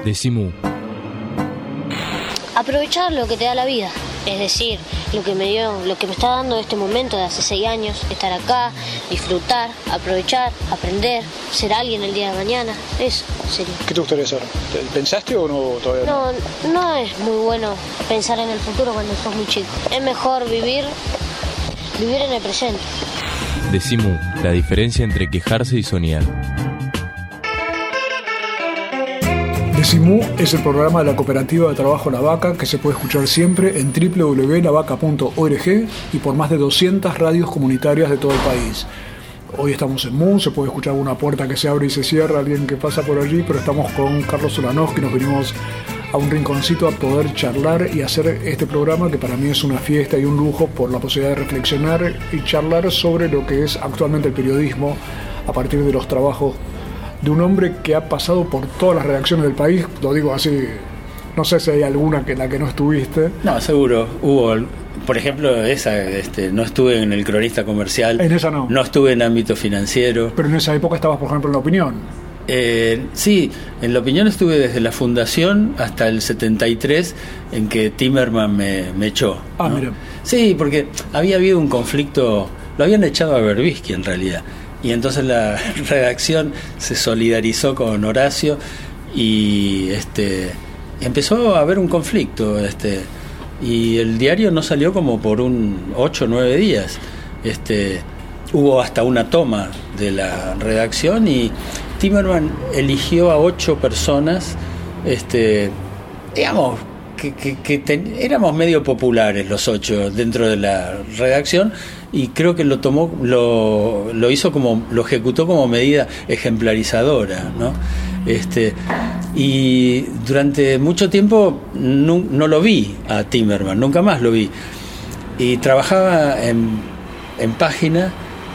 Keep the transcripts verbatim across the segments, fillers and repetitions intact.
Decimú. Aprovechar lo que te da la vida, es decir, lo que me dio, lo que me está dando este momento de hace seis años, estar acá, disfrutar, aprovechar, aprender, ser alguien el día de mañana, eso sería. ¿Qué te gustaría ser? ¿Pensaste o no todavía? No, no es muy bueno pensar en el futuro cuando sos muy chico. Es mejor vivir, vivir en el presente. Decimú, la diferencia entre quejarse y soñar. Decimú es el programa de la Cooperativa de Trabajo La Vaca que se puede escuchar siempre en doble u doble u doble u punto la vaca punto org y por más de doscientas radios comunitarias de todo el país. Hoy estamos en Mu, se puede escuchar una puerta que se abre y se cierra, alguien que pasa por allí, pero estamos con Carlos Ulanowski, nos venimos a un rinconcito a poder charlar y hacer este programa que para mí es una fiesta y un lujo por la posibilidad de reflexionar y charlar sobre lo que es actualmente el periodismo a partir de los trabajos de un hombre que ha pasado por todas las redacciones del país, lo digo así, no sé si hay alguna que en la que no estuviste. No, seguro, hubo, por ejemplo, esa, este, no estuve en el Cronista Comercial. En esa no. No estuve en ámbito financiero. Pero en esa época estabas, por ejemplo, en La Opinión. Eh, sí, en La Opinión estuve desde la fundación hasta el setenta y tres, en que Timerman me, me echó. Ah, ¿no? mira. Sí, porque había habido un conflicto, lo habían echado a Berbisky en realidad. Y entonces la redacción se solidarizó con Horacio y este empezó a haber un conflicto, este y el diario no salió como por un ocho o nueve días. Este hubo hasta una toma de la redacción y Timerman eligió a ocho personas, este digamos que, que, que ten, éramos medio populares los ocho dentro de la redacción, y creo que lo tomó, lo, lo hizo como, lo ejecutó como medida ejemplarizadora, ¿no? Este, y durante mucho tiempo no, no lo vi a Timerman, nunca más lo vi. Y trabajaba en, en Página,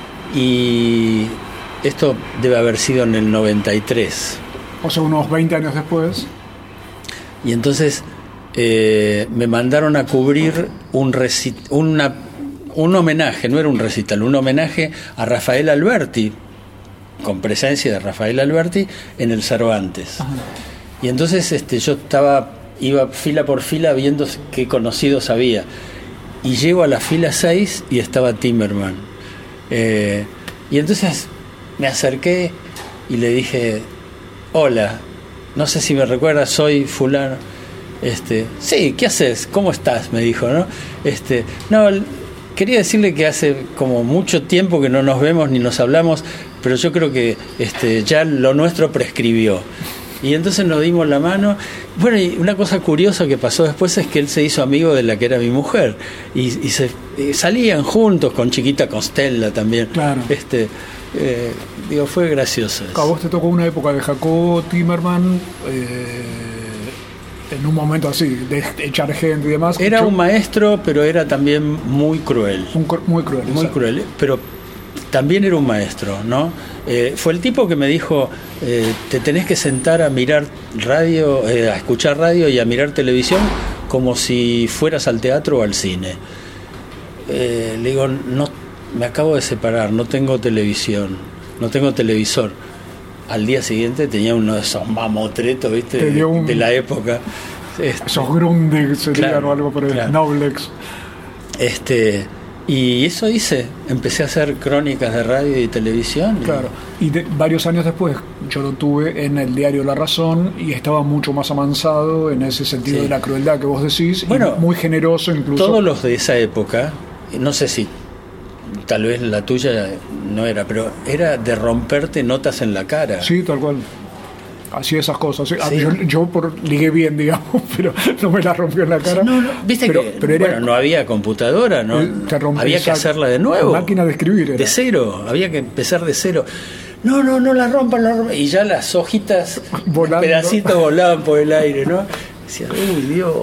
y esto debe haber sido en el noventa y tres. O sea, unos veinte años después. Y entonces eh, me mandaron a cubrir un recit, una un homenaje, no era un recital, un homenaje a Rafael Alberti, con presencia de Rafael Alberti en el Cervantes. Ajá. Y entonces este, yo estaba, iba fila por fila viendo qué conocidos había, y llego a la fila seis y estaba Timerman. Eh, y entonces me acerqué y le dije: hola, no sé si me recuerdas, soy fulano. Este, sí, ¿qué haces? ¿Cómo estás? Me dijo, ¿no? Este, no, quería decirle que hace como mucho tiempo que no nos vemos ni nos hablamos, pero yo creo que este, ya lo nuestro prescribió. Y entonces nos dimos la mano. Bueno, y una cosa curiosa que pasó después es que él se hizo amigo de la que era mi mujer, y, y, se, y salían juntos con Chiquita Constella también. Claro. Este, eh, digo, fue gracioso eso. A vos te tocó una época de Jacobo Timerman, eh, en un momento así, de echar gente y demás. Era yo, un maestro, pero era también muy cruel. Un, muy cruel. Muy exacto. cruel, pero también era un maestro, ¿no? Eh, fue el tipo que me dijo, eh, te tenés que sentar a mirar radio, eh, a escuchar radio y a mirar televisión como si fueras al teatro o al cine. Eh, le digo, no, me acabo de separar, no tengo televisión, no tengo televisor. Al día siguiente tenía uno de esos mamotretos, ¿viste? De, un, de la época. Este, esos Grundig serían, claro, o algo por el claro. Noblex. Este, y eso hice. Empecé a hacer crónicas de radio y televisión. Claro. Y de, varios años después yo lo tuve en el diario La Razón y estaba mucho más avanzado en ese sentido, sí, de la crueldad que vos decís. Bueno, y muy generoso incluso. Todos los de esa época, no sé si tal vez la tuya no era, pero era de romperte notas en la cara. Sí, tal cual. Así esas cosas. Sí. Sí. Yo, yo por, ligué bien, digamos, pero no me la rompió en la cara. No, no, viste pero, que pero era, bueno, no había computadora, ¿no? Había que hacerla de nuevo. Máquina de escribir era. De cero, había que empezar de cero. No, no, no la rompan, la rompan. Y ya las hojitas, volando, pedacitos volaban por el aire, ¿no? Decía, uy, Dios.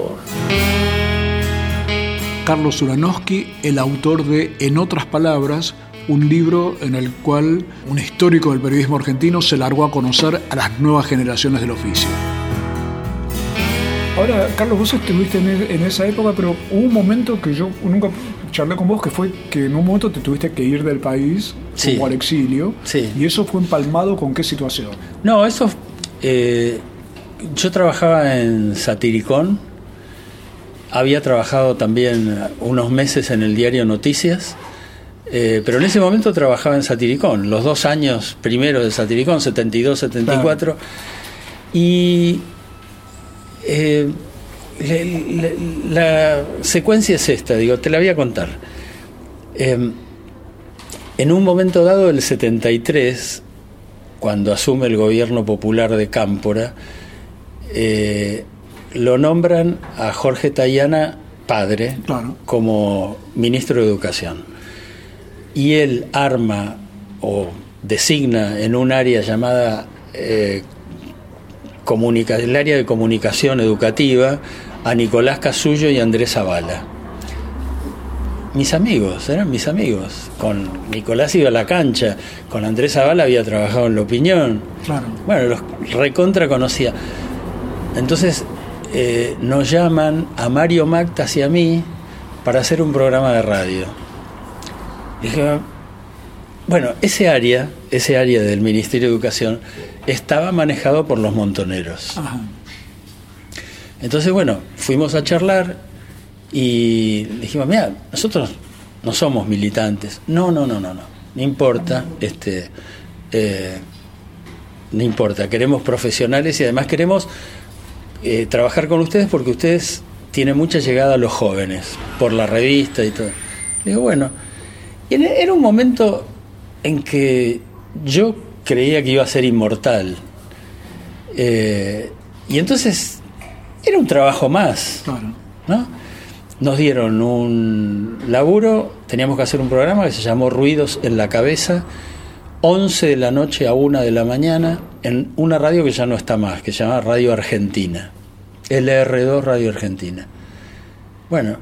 Carlos Ulanowski, el autor de En otras palabras, un libro en el cual un histórico del periodismo argentino se largó a conocer a las nuevas generaciones del oficio. Ahora, Carlos, vos estuviste en esa época, pero hubo un momento que yo nunca charlé con vos, que fue que en un momento te tuviste que ir del país, sí, como al exilio, sí. ¿Y eso fue empalmado con qué situación? No, eso... Eh, yo trabajaba en Satiricón, había trabajado también unos meses en el diario Noticias, eh, pero en ese momento trabajaba en Satiricón, los dos años primeros de Satiricón, setenta y dos, setenta y cuatro, claro. Y eh, la, la secuencia es esta, digo, te la voy a contar. Eh, en un momento dado, el setenta y tres, cuando asume el gobierno popular de Cámpora, eh, lo nombran a Jorge Tayana, padre, claro, como ministro de Educación. Y él arma o designa en un área llamada eh, comunica, el área de comunicación educativa, a Nicolás Casullo y Andrés Zavala. Mis amigos, eran mis amigos. Con Nicolás iba a la cancha, con Andrés Zavala había trabajado en La Opinión. Claro. Bueno, los recontra conocía. Entonces eh, nos llaman a Mario Mactas y a mí para hacer un programa de radio. Dije, bueno, ese área, ese área del Ministerio de Educación estaba manejado por los montoneros. Ajá. Entonces, bueno, fuimos a charlar y dijimos, mira, nosotros no somos militantes. No, no, no, no, no. No importa, este, eh, no importa. Queremos profesionales y además queremos eh, trabajar con ustedes porque ustedes tienen mucha llegada a los jóvenes por la revista y todo. Digo, bueno, y era un momento en que yo creía que iba a ser inmortal. Eh, y entonces era un trabajo más, claro, ¿no? Nos dieron un laburo, teníamos que hacer un programa que se llamó Ruidos en la Cabeza, once de la noche a una de la mañana, en una radio que ya no está más, que se llama Radio Argentina, L R dos Radio Argentina. Bueno,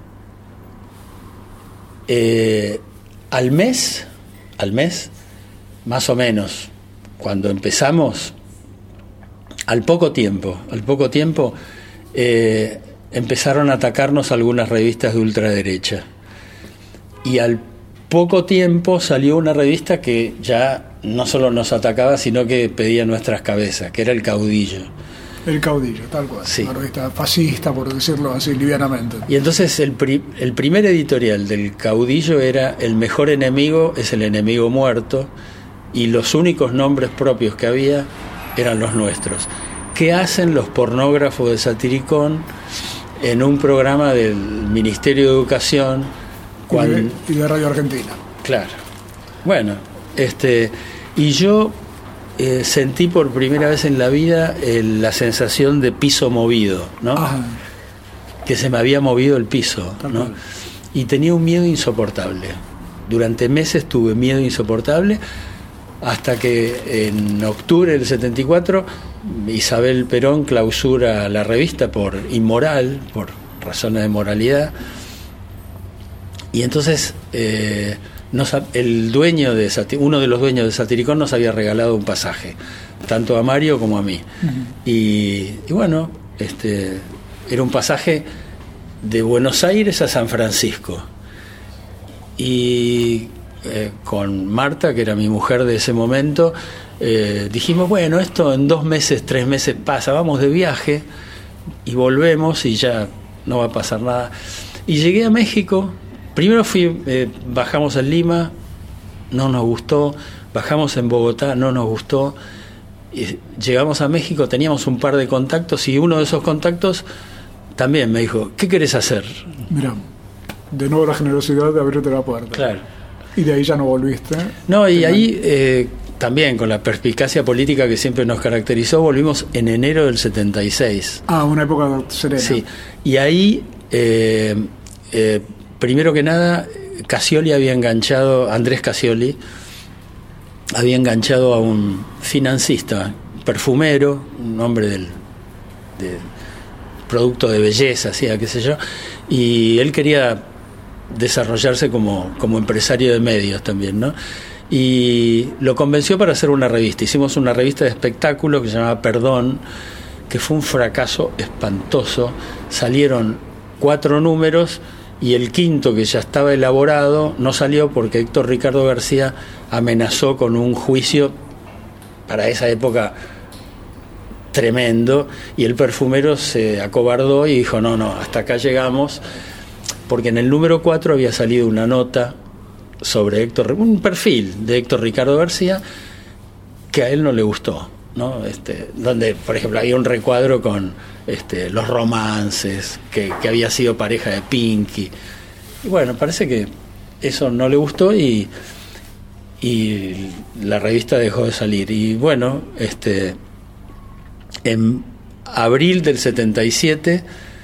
eh, al mes, al mes, más o menos, cuando empezamos, al poco tiempo, al poco tiempo, eh, empezaron a atacarnos algunas revistas de ultraderecha. Y al poco tiempo salió una revista que ya no solo nos atacaba, sino que pedía nuestras cabezas, que era El Caudillo. El Caudillo, tal cual. Sí. Una revista fascista, por decirlo así livianamente. Y entonces el, pri- el primer editorial del Caudillo era: el mejor enemigo es el enemigo muerto, y los únicos nombres propios que había eran los nuestros. ¿Qué hacen los pornógrafos de Satiricón en un programa del Ministerio de Educación cuando... y, de, y de Radio Argentina? Claro. Bueno, este y yo eh, sentí por primera vez en la vida eh, la sensación de piso movido, ¿no? Ajá. Que se me había movido el piso, ¿no? Y tenía un miedo insoportable. Durante meses tuve miedo insoportable, hasta que en octubre del setenta y cuatro Isabel Perón clausura la revista por inmoral, por razones de moralidad, y entonces eh, nos, el dueño de uno de los dueños de Satiricón nos había regalado un pasaje, tanto a Mario como a mí. Uh-huh. y, y bueno, este era un pasaje de Buenos Aires a San Francisco, y Eh, con Marta, que era mi mujer de ese momento, eh, dijimos, bueno, esto en dos meses, tres meses pasa, vamos de viaje y volvemos y ya no va a pasar nada. Y llegué a México, primero fui, eh, bajamos en Lima, no nos gustó, bajamos en Bogotá, no nos gustó, y llegamos a México, teníamos un par de contactos y uno de esos contactos también me dijo, ¿qué querés hacer? Mirá, de nuevo la generosidad de abrirte la puerta. Claro. Y de ahí ya no volviste. No, y ahí eh, también con la perspicacia política que siempre nos caracterizó, volvimos en enero del setenta y seis. Ah, una época serena. Sí, y ahí, eh, eh, primero que nada, Cassioli había enganchado, Andrés Cassioli, había enganchado a un financista, perfumero, un hombre del, del producto de belleza, ¿sí? Qué sé yo, y él quería desarrollarse como, como empresario de medios también, ¿no? Y lo convenció para hacer una revista. Hicimos una revista de espectáculos que se llamaba Perdón, que fue un fracaso espantoso. Salieron cuatro números y el quinto, que ya estaba elaborado, no salió porque Héctor Ricardo García amenazó con un juicio para esa época tremendo, y el perfumero se acobardó y dijo, no, no, hasta acá llegamos, porque en el número cuatro había salido una nota sobre Héctor, un perfil de Héctor Ricardo García, que a él no le gustó, ¿no? Este, donde, por ejemplo, había un recuadro con este, los romances, que, que había sido pareja de Pinky, y bueno, parece que eso no le gustó y, y la revista dejó de salir. Y bueno, este, en abril del setenta y siete,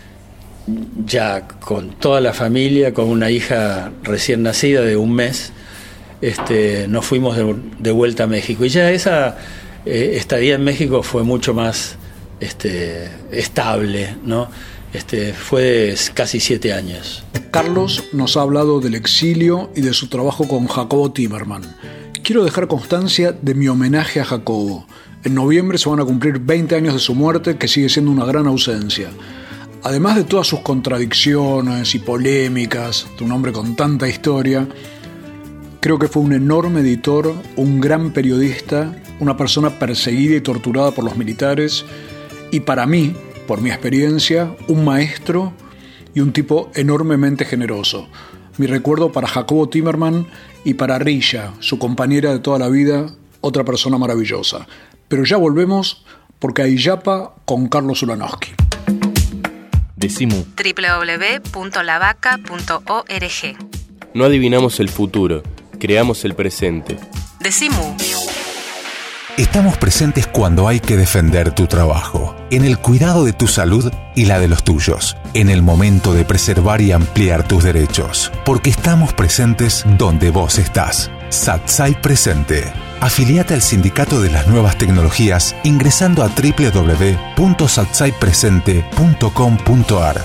ya con toda la familia, con una hija recién nacida de un mes, este, nos fuimos de, de vuelta a México. Y ya esa eh, estadía en México fue mucho más este, estable, ¿no? Este, fue de casi siete años. Carlos nos ha hablado del exilio y de su trabajo con Jacobo Timerman. Quiero dejar constancia de mi homenaje a Jacobo. En noviembre se van a cumplir veinte años de su muerte, que sigue siendo una gran ausencia. Además de todas sus contradicciones y polémicas, de un hombre con tanta historia, creo que fue un enorme editor, un gran periodista, una persona perseguida y torturada por los militares, y para mí, por mi experiencia, un maestro y un tipo enormemente generoso. Mi recuerdo para Jacobo Timerman y para Rilla, su compañera de toda la vida, otra persona maravillosa. Pero ya volvemos, porque hay Yapa con Carlos Ulanowski. Decimu. doble u doble u doble u punto la vaca punto org. No adivinamos el futuro, creamos el presente. Decimu. Estamos presentes cuando hay que defender tu trabajo, en el cuidado de tu salud y la de los tuyos, en el momento de preservar y ampliar tus derechos, porque estamos presentes donde vos estás. Satsai Presente. Afiliate al Sindicato de las Nuevas Tecnologías ingresando a doble u doble u doble u punto satsai presente punto com punto a r.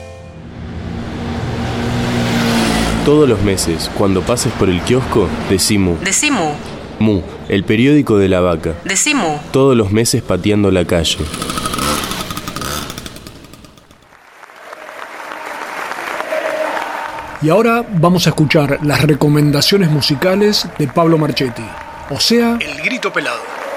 Todos los meses, cuando pases por el kiosco, Decimu. Decimu. Mu, el periódico de la vaca. Decimu. Todos los meses pateando la calle. Y ahora vamos a escuchar las recomendaciones musicales de Pablo Marchetti, o sea, El Grito Pelado.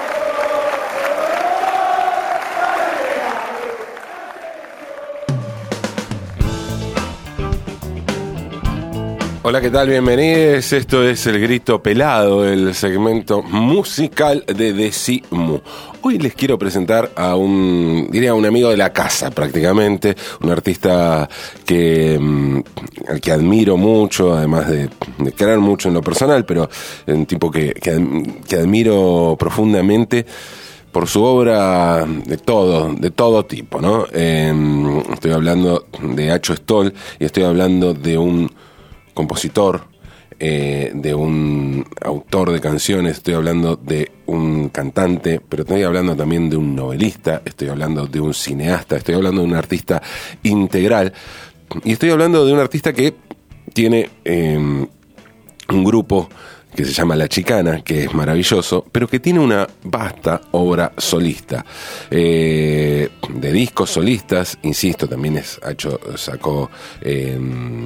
Hola, ¿qué tal? Bienvenidos. Esto es El Grito Pelado, el segmento musical de Decimu. Hoy les quiero presentar a un, diría, un amigo de la casa prácticamente, un artista que, al que admiro mucho, además de, de creer mucho en lo personal, pero un tipo que, que, que admiro profundamente por su obra de todo, de todo tipo, ¿no? Eh, estoy hablando de Acho Stoll y estoy hablando de un compositor, eh, de un autor de canciones, estoy hablando de un cantante, pero estoy hablando también de un novelista, estoy hablando de un cineasta, estoy hablando de un artista integral, y estoy hablando de un artista que tiene eh, un grupo que se llama La Chicana, que es maravilloso, pero que tiene una vasta obra solista, eh, de discos solistas, insisto, también es, hecho, sacó eh,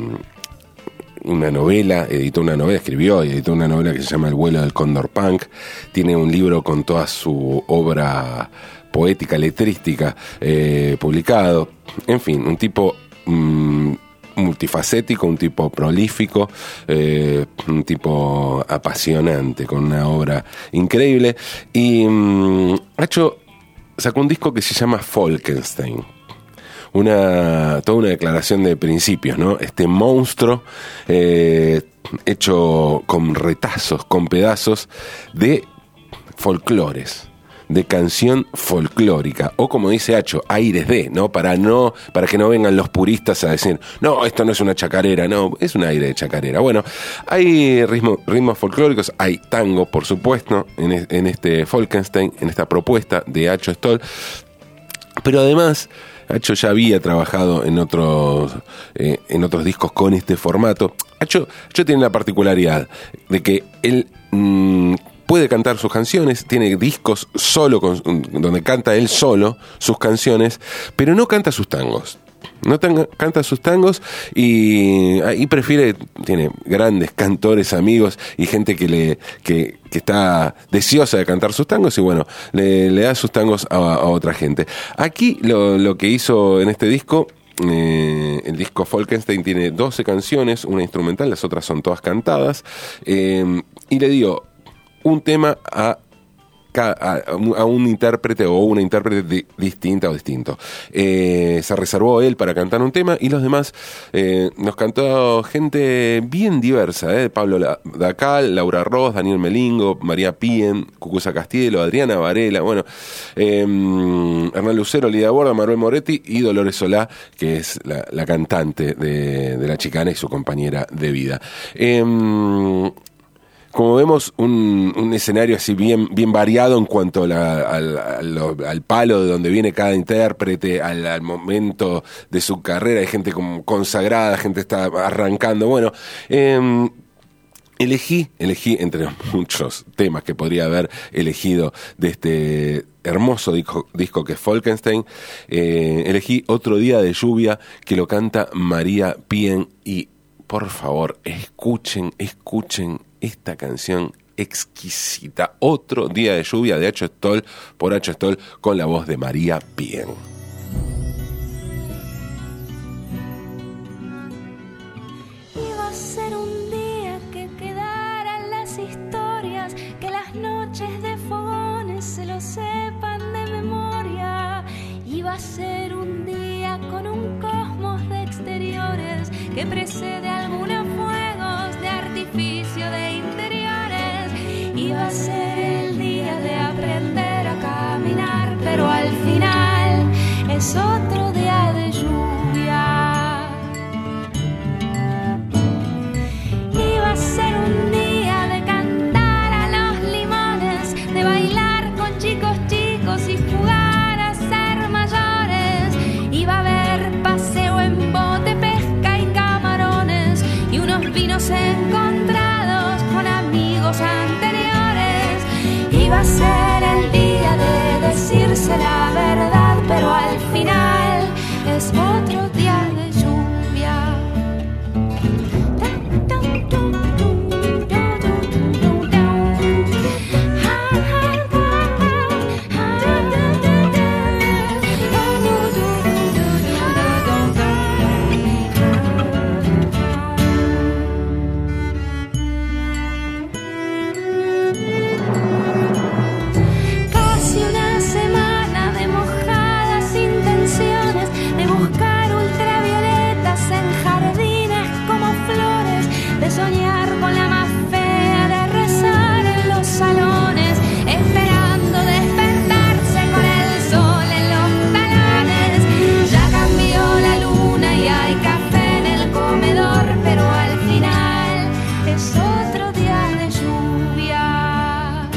una novela, editó una novela, escribió y editó una novela que se llama El vuelo del cóndor punk, tiene un libro con toda su obra poética, letrística, eh, publicado, en fin, un tipo mmm, multifacético, un tipo prolífico, eh, un tipo apasionante, con una obra increíble, y mmm, ha hecho, sacó un disco que se llama Falkenstein, una toda una declaración de principios, ¿no? Este monstruo eh, hecho con retazos, con pedazos de folclores, de canción folclórica, o como dice Acho, aires de, ¿no? Para no, para que no vengan los puristas a decir, no, esto no es una chacarera, no, es un aire de chacarera. Bueno, hay ritmo, ritmos folclóricos, hay tango, por supuesto, en, en este Falkenstein, en esta propuesta de Acho Stoll, pero además Acho ya había trabajado en otros eh, en otros discos con este formato. Acho, Acho tiene la particularidad de que él mmm, puede cantar sus canciones, tiene discos solo con, donde canta él solo sus canciones, pero no canta sus tangos. No tanga, canta sus tangos y, y prefiere, tiene grandes cantores, amigos y gente que le que, que está deseosa de cantar sus tangos y bueno, le, le da sus tangos a, a otra gente. Aquí lo, lo que hizo en este disco, eh, el disco Falkenstein tiene doce canciones, una instrumental, las otras son todas cantadas, eh, y le dio un tema a A, a un intérprete o una intérprete di, distinta o distinto. Eh, se reservó él para cantar un tema y los demás eh, nos cantó gente bien diversa, eh, Pablo Dacal, Laura Ross, Daniel Melingo, María Pien, Cucuza Castielo, Adriana Varela, bueno, eh, Hernán Lucero, Lidia Borda, Manuel Moretti y Dolores Solá, que es la, la cantante de, de La Chicana y su compañera de vida. Eh, Como vemos, un, un escenario así bien, bien variado en cuanto a la, al, al, al palo de donde viene cada intérprete, al, al momento de su carrera. Hay gente como consagrada, gente está arrancando. Bueno, eh, elegí, elegí entre los muchos temas que podría haber elegido de este hermoso disco, disco que es Falkenstein, eh, elegí Otro Día de Lluvia, que lo canta María Pien. Y por favor, escuchen, escuchen esta canción exquisita. Otro Día de Lluvia de Acho Stoll, por Acho Stoll, con la voz de María Pien. Iba a ser un día que quedaran las historias, que las noches de fogones se lo sepan de memoria. Iba a ser un día con un cosmos de exteriores que precede algunos fuegos de artificio de interiores. Iba a ser el día de aprender a caminar, pero al final es otro día de lluvia. Iba a ser un día de cantar a los limones, de bailar con chicos chicos y jugar a ser mayores. Iba a haber paseo en bote, pesca y camarones y unos vinos encontrados con amigos anteriores. Iba a ser el día de decirse la verdad, pero al final es otro día de lluvia. Soñar con la más fea, de rezar en los salones, esperando despertarse con el sol en los talones. Ya cambió la luna y hay café en el comedor, pero al final es otro día de lluvia.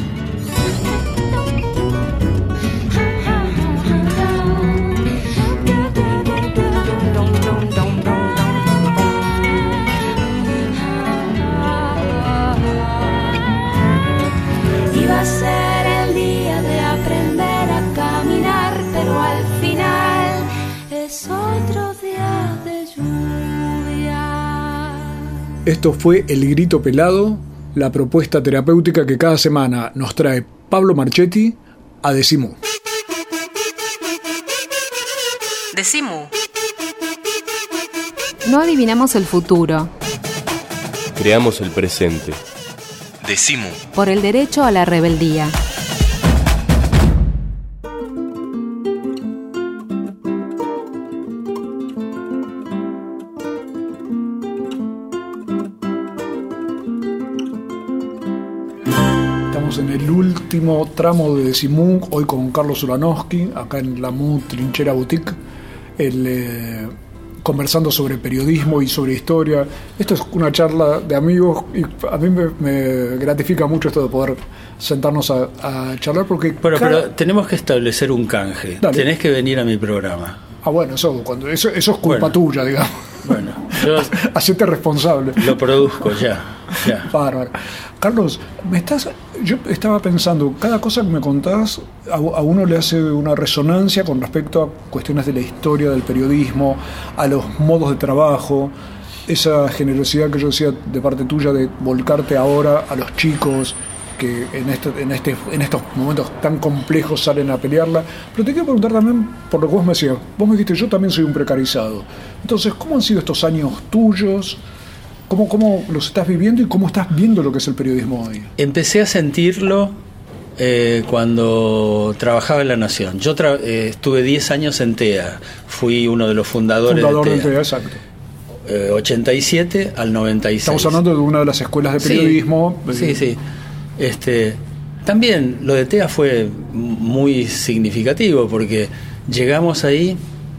Iba a ser el día de aprender a caminar, pero al final es otro día de lluvia. Esto fue El Grito Pelado, la propuesta terapéutica que cada semana nos trae Pablo Marchetti a Decimú. Decimú. No adivinamos el futuro. Creamos el presente. Decimú. Por el derecho a la rebeldía. Estamos en el último tramo de Decimú, hoy con Carlos Ulanowski, acá en la M U Trinchera Boutique, el, eh, conversando sobre periodismo y sobre historia. Esto es una charla de amigos y a mí me, me gratifica mucho esto de poder sentarnos a, a charlar porque... Bueno, cada... pero tenemos que establecer un canje. Dale. Tenés que venir a mi programa. Ah, bueno, eso, cuando, eso, eso es culpa bueno, tuya, digamos. Bueno, yo... Hacete responsable. Lo produzco ya. Ya. Bárbaro. Carlos, me estás, yo estaba pensando, cada cosa que me contás a, a uno le hace una resonancia con respecto a cuestiones de la historia del periodismo, a los modos de trabajo, esa generosidad que yo decía de parte tuya de volcarte ahora a los chicos que en este, en este, en estos momentos tan complejos salen a pelearla. Pero te quiero preguntar también por lo que vos me decías. Vos me dijiste, yo también soy un precarizado. Entonces, ¿cómo han sido estos años tuyos? ¿Cómo, cómo los estás viviendo y cómo estás viendo lo que es el periodismo hoy? Empecé a sentirlo eh, cuando trabajaba en La Nación. Yo tra- eh, estuve diez años en T E A. Fui uno de los fundadores Fundador de de T E A. T E A, exacto. Eh, ochenta y siete al noventa y seis. Estamos hablando de una de las escuelas de periodismo. Sí, sí, sí. Este, también lo de T E A fue muy significativo porque llegamos ahí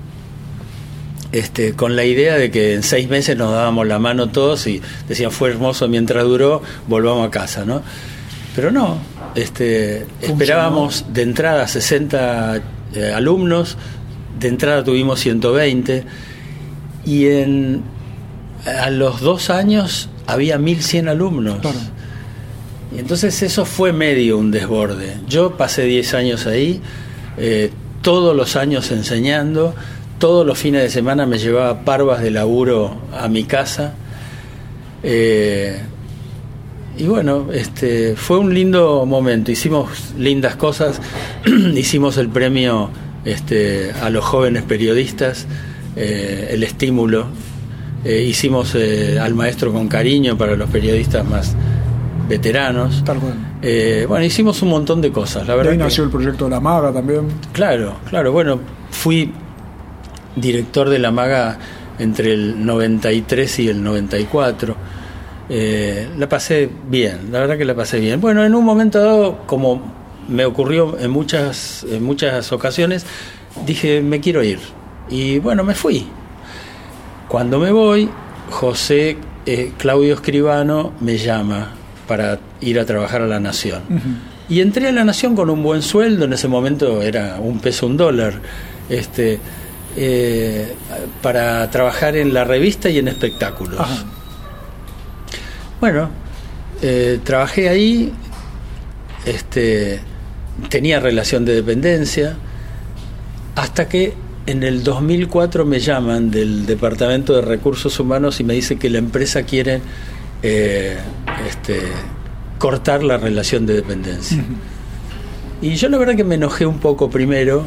este, con la idea de que en seis meses nos dábamos la mano todos y decían fue hermoso mientras duró, volvamos a casa, ¿no? Pero no, este, esperábamos de entrada sesenta eh, alumnos, de entrada tuvimos ciento veinte y en, a los dos años había mil cien alumnos. Claro. Y entonces eso fue medio un desborde. Yo pasé diez años ahí, eh, todos los años enseñando, todos los fines de semana me llevaba parvas de laburo a mi casa. Eh, y bueno, este, fue un lindo momento, hicimos lindas cosas, hicimos el premio este, a los jóvenes periodistas, eh, el estímulo, eh, hicimos eh, al maestro con cariño para los periodistas más veteranos. Tal cual. Eh, bueno, hicimos un montón de cosas, la verdad. De ahí que, nació el proyecto de La Maga también. Claro, claro. Bueno, fui director de La Maga entre el noventa y tres y el noventa y cuatro. Eh, la pasé bien, la verdad que la pasé bien. Bueno, en un momento dado, como me ocurrió en muchas, en muchas ocasiones, dije, me quiero ir. Y bueno, me fui. Cuando me voy, José eh, Claudio Escribano me llama para ir a trabajar a La Nación. Uh-huh. Y entré a La Nación con un buen sueldo, en ese momento era un peso, un dólar, este, eh, para trabajar en la revista y en espectáculos. Ajá. Bueno, eh, trabajé ahí, este, tenía relación de dependencia, hasta que en el dos mil cuatro me llaman del Departamento de Recursos Humanos y me dicen que la empresa quiere eh, este, cortar la relación de dependencia. Uh-huh. Y yo la verdad que me enojé un poco primero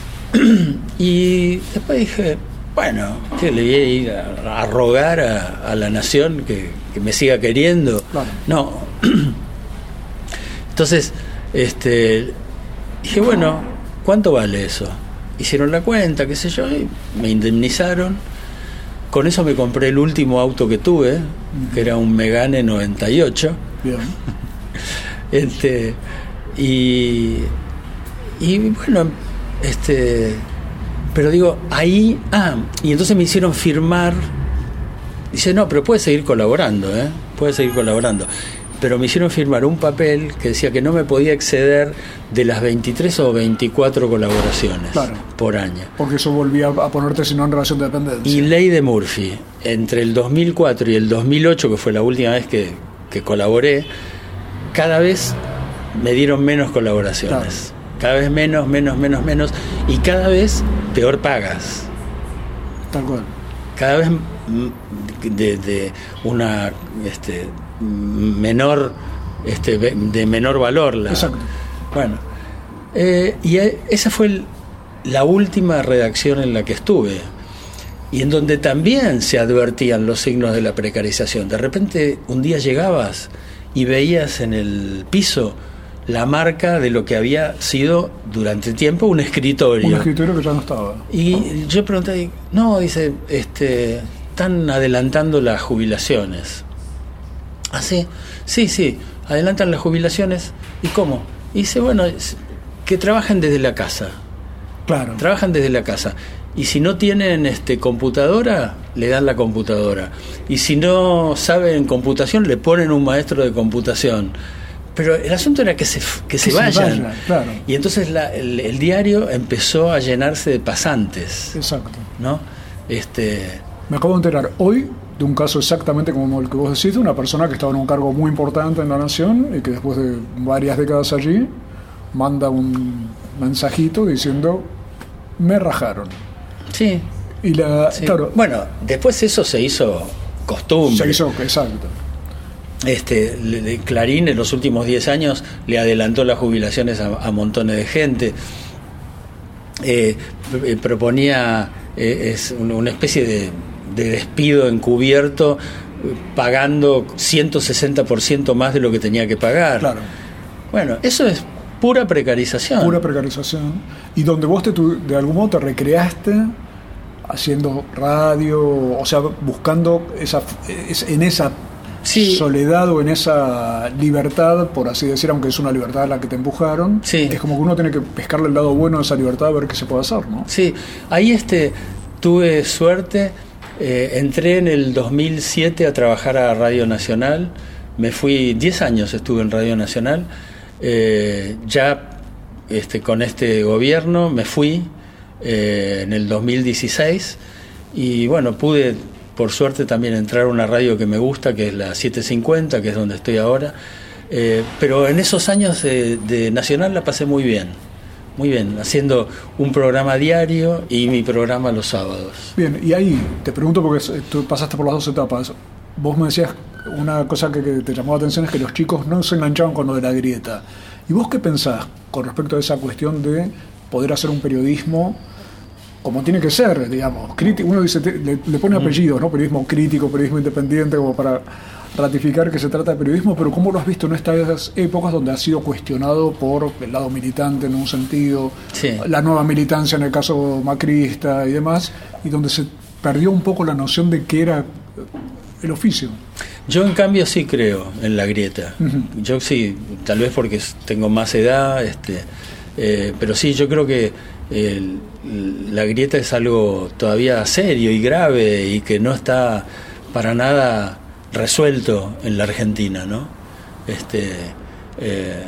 y después dije, bueno, ¿qué le voy a ir a, a rogar a, a la Nación que, que me siga queriendo? Claro. No. Entonces, este, dije, bueno, ¿cuánto vale eso? Hicieron la cuenta, qué sé yo, y me indemnizaron. Con eso me compré el último auto que tuve, uh-huh. que era un Megane noventa y ocho. Bien. Este, y, y bueno, este, pero digo, ahí, ah, y entonces me hicieron firmar. Dice, no, pero puede seguir colaborando, ¿eh? Puede seguir colaborando. Pero me hicieron firmar un papel que decía que no me podía exceder de las veintitrés o veinticuatro colaboraciones, claro, por año. Porque eso volvía a ponerte sino en relación de dependencia. Y ley de Murphy, entre el dos mil cuatro y el dos mil ocho, que fue la última vez que, que colaboré, cada vez me dieron menos colaboraciones. Claro. Cada vez menos, menos, menos, menos. Y cada vez peor pagas. Tal cual. Cada vez de, de una... este menor este de menor valor la, exacto. Bueno, eh, y esa fue el, la última redacción en la que estuve y en donde también se advertían los signos de la precarización. De repente un día llegabas y veías en el piso la marca de lo que había sido durante tiempo un escritorio. Un escritorio que ya no estaba. Y yo pregunté, no, dice, este, están adelantando las jubilaciones. ¿Ah, sí? Sí, sí, adelantan las jubilaciones. ¿Y cómo? Y dice, bueno, que trabajen desde la casa. Claro. Trabajan desde la casa. Y si no tienen este computadora, le dan la computadora. Y si no saben computación, le ponen un maestro de computación. Pero el asunto era que se, que se que vayan. Se vaya, claro. Y entonces la, el, el diario empezó a llenarse de pasantes. Exacto. ¿No? Este... Me acabo de enterar, hoy de un caso exactamente como el que vos decís, de una persona que estaba en un cargo muy importante en la nación y que después de varias décadas allí manda un mensajito diciendo me rajaron. Sí. Y la, sí. Claro, bueno, después eso se hizo costumbre. Se hizo, exacto. Este, Clarín en los últimos diez años le adelantó las jubilaciones a, a montones de gente. Eh, proponía eh, es una especie de, de despido encubierto, pagando ciento sesenta por ciento más de lo que tenía que pagar. Claro. Bueno, eso es pura precarización. Pura precarización. Y donde vos te, tu, de algún modo te recreaste haciendo radio, o sea, buscando esa, en esa sí. soledad o en esa libertad, por así decir, aunque es una libertad a la que te empujaron, sí. es como que uno tiene que pescarle el lado bueno de esa libertad a ver qué se puede hacer, ¿no? Sí, ahí este, tuve suerte, eh, entré en el dos mil siete a trabajar a Radio Nacional, me fui, diez años estuve en Radio Nacional, eh, ya este, con este gobierno me fui eh, en el dos mil dieciséis y bueno, pude por suerte también entrar a una radio que me gusta, que es la setecientos cincuenta, que es donde estoy ahora, eh, pero en esos años de, de Nacional la pasé muy bien, muy bien, haciendo un programa diario y mi programa los sábados. Bien, y ahí te pregunto porque tú pasaste por las dos etapas. Vos me decías una cosa que, que te llamó la atención, es que los chicos no se enganchaban con lo de la grieta. ¿Y vos qué pensás con respecto a esa cuestión de poder hacer un periodismo como tiene que ser, digamos, crítico? Uno dice, le, le pone apellidos, ¿no? Periodismo crítico, periodismo independiente, como para ratificar que se trata de periodismo, pero ¿cómo lo has visto en estas épocas donde ha sido cuestionado por el lado militante en un sentido, sí. la nueva militancia en el caso macrista y demás, y donde se perdió un poco la noción de qué era el oficio? Yo en cambio sí creo en la grieta. Uh-huh. Yo sí, tal vez porque tengo más edad, este, eh, pero sí, yo creo que el, la grieta es algo todavía serio y grave y que no está para nada resuelto en la Argentina, ¿no? Este, eh,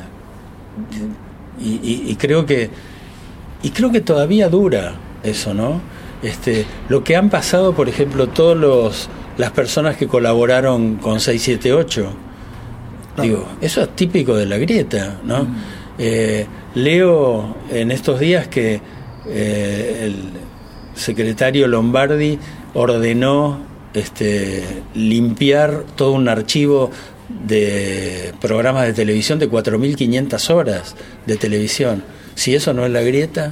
y, y, y creo que y creo que todavía dura eso, ¿no? Este, lo que han pasado, por ejemplo, todos los las personas que colaboraron con seiscientos setenta y ocho, claro. Digo, eso es típico de la grieta, ¿no? Mm. Eh, leo en estos días que eh, el secretario Lombardi ordenó este, limpiar todo un archivo de programas de televisión de cuatro mil quinientas horas de televisión. Si eso no es la grieta.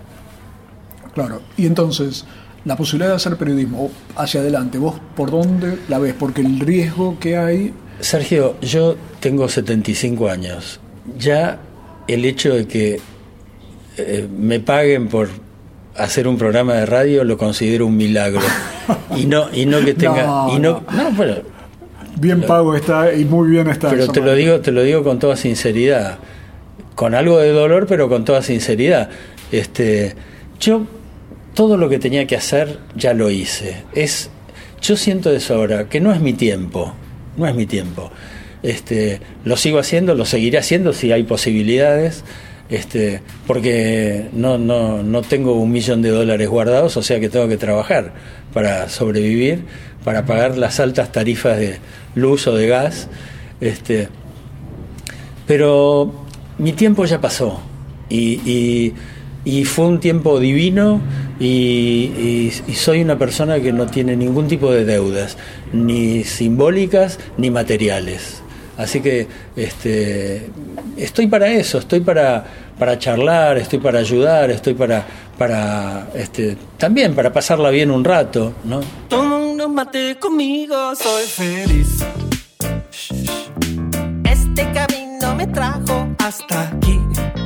Claro, y entonces la posibilidad de hacer periodismo hacia adelante, ¿vos por dónde la ves? Porque el riesgo que hay... Sergio, yo tengo setenta y cinco años. Ya el hecho de que eh, me paguen por hacer un programa de radio lo considero un milagro. y no y no que tenga... No, y no, no. no, bueno, bien lo, pago está y muy bien está. Pero te lo, digo, te lo digo con toda sinceridad. Con algo de dolor, pero con toda sinceridad. Este, yo... Todo lo que tenía que hacer ya lo hice. Es, yo siento de sobra que no es mi tiempo, no es mi tiempo. Este, lo sigo haciendo, lo seguiré haciendo si hay posibilidades, este, porque no, no, no tengo un millón de dólares guardados, o sea que tengo que trabajar para sobrevivir, para pagar las altas tarifas de luz o de gas. Este, pero mi tiempo ya pasó y, y Y fue un tiempo divino y, y, y soy una persona que no tiene ningún tipo de deudas, ni simbólicas ni materiales. Así que este, estoy para eso, estoy para, para charlar, estoy para ayudar, estoy para, para este, también para pasarla bien un rato, ¿no? Toma unos mate conmigo, soy feliz. Este camino me trajo hasta aquí.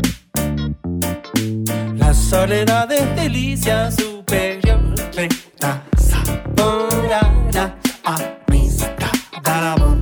La soledad es delicia superior, retrasa por la amistad del amor.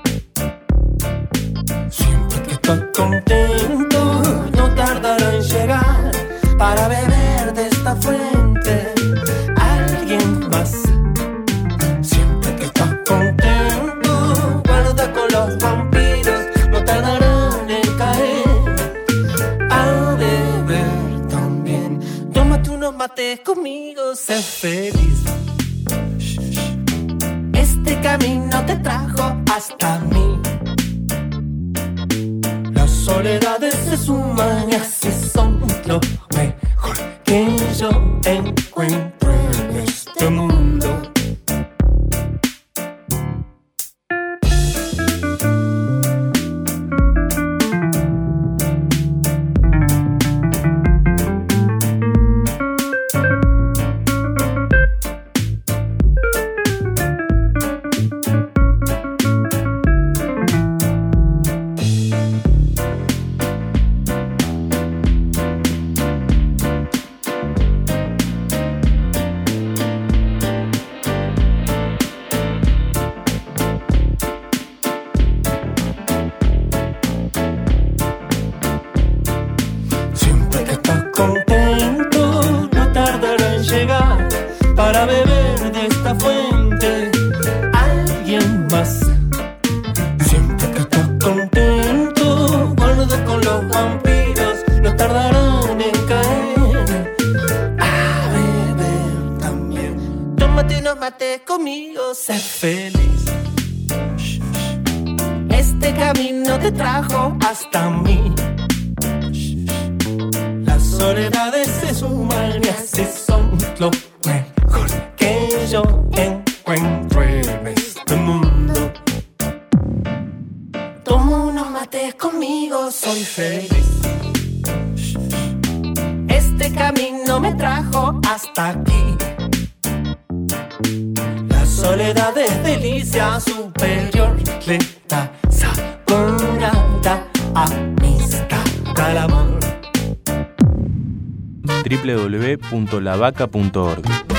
Siempre que estoy contento, no tardará en llegar para beber de esta fuente alguien más. Siempre que estoy contento, guarda con los vampiros, no tardarán en caer a beber. Tómate unos mates conmigo, sé feliz. Este Este camino te trajo hasta mí. Las soledades se suman y así son lo mejor que yo encuentro en este mundo. Para beber de esta fuente, alguien más. Siempre que estás contento, guarda con los vampiros, no tardarán en caer a beber también. Tómate unos mates conmigo, sé feliz. Este camino te trajo hasta mí. Las soledades se suman y así son lo mejor que yo encuentro en este mundo. Tomo unos mates conmigo, soy feliz. Este camino me trajo hasta aquí. La soledad es delicia superior, le da sabor a la amistad, al amor. doble u doble u doble u punto la vaca punto org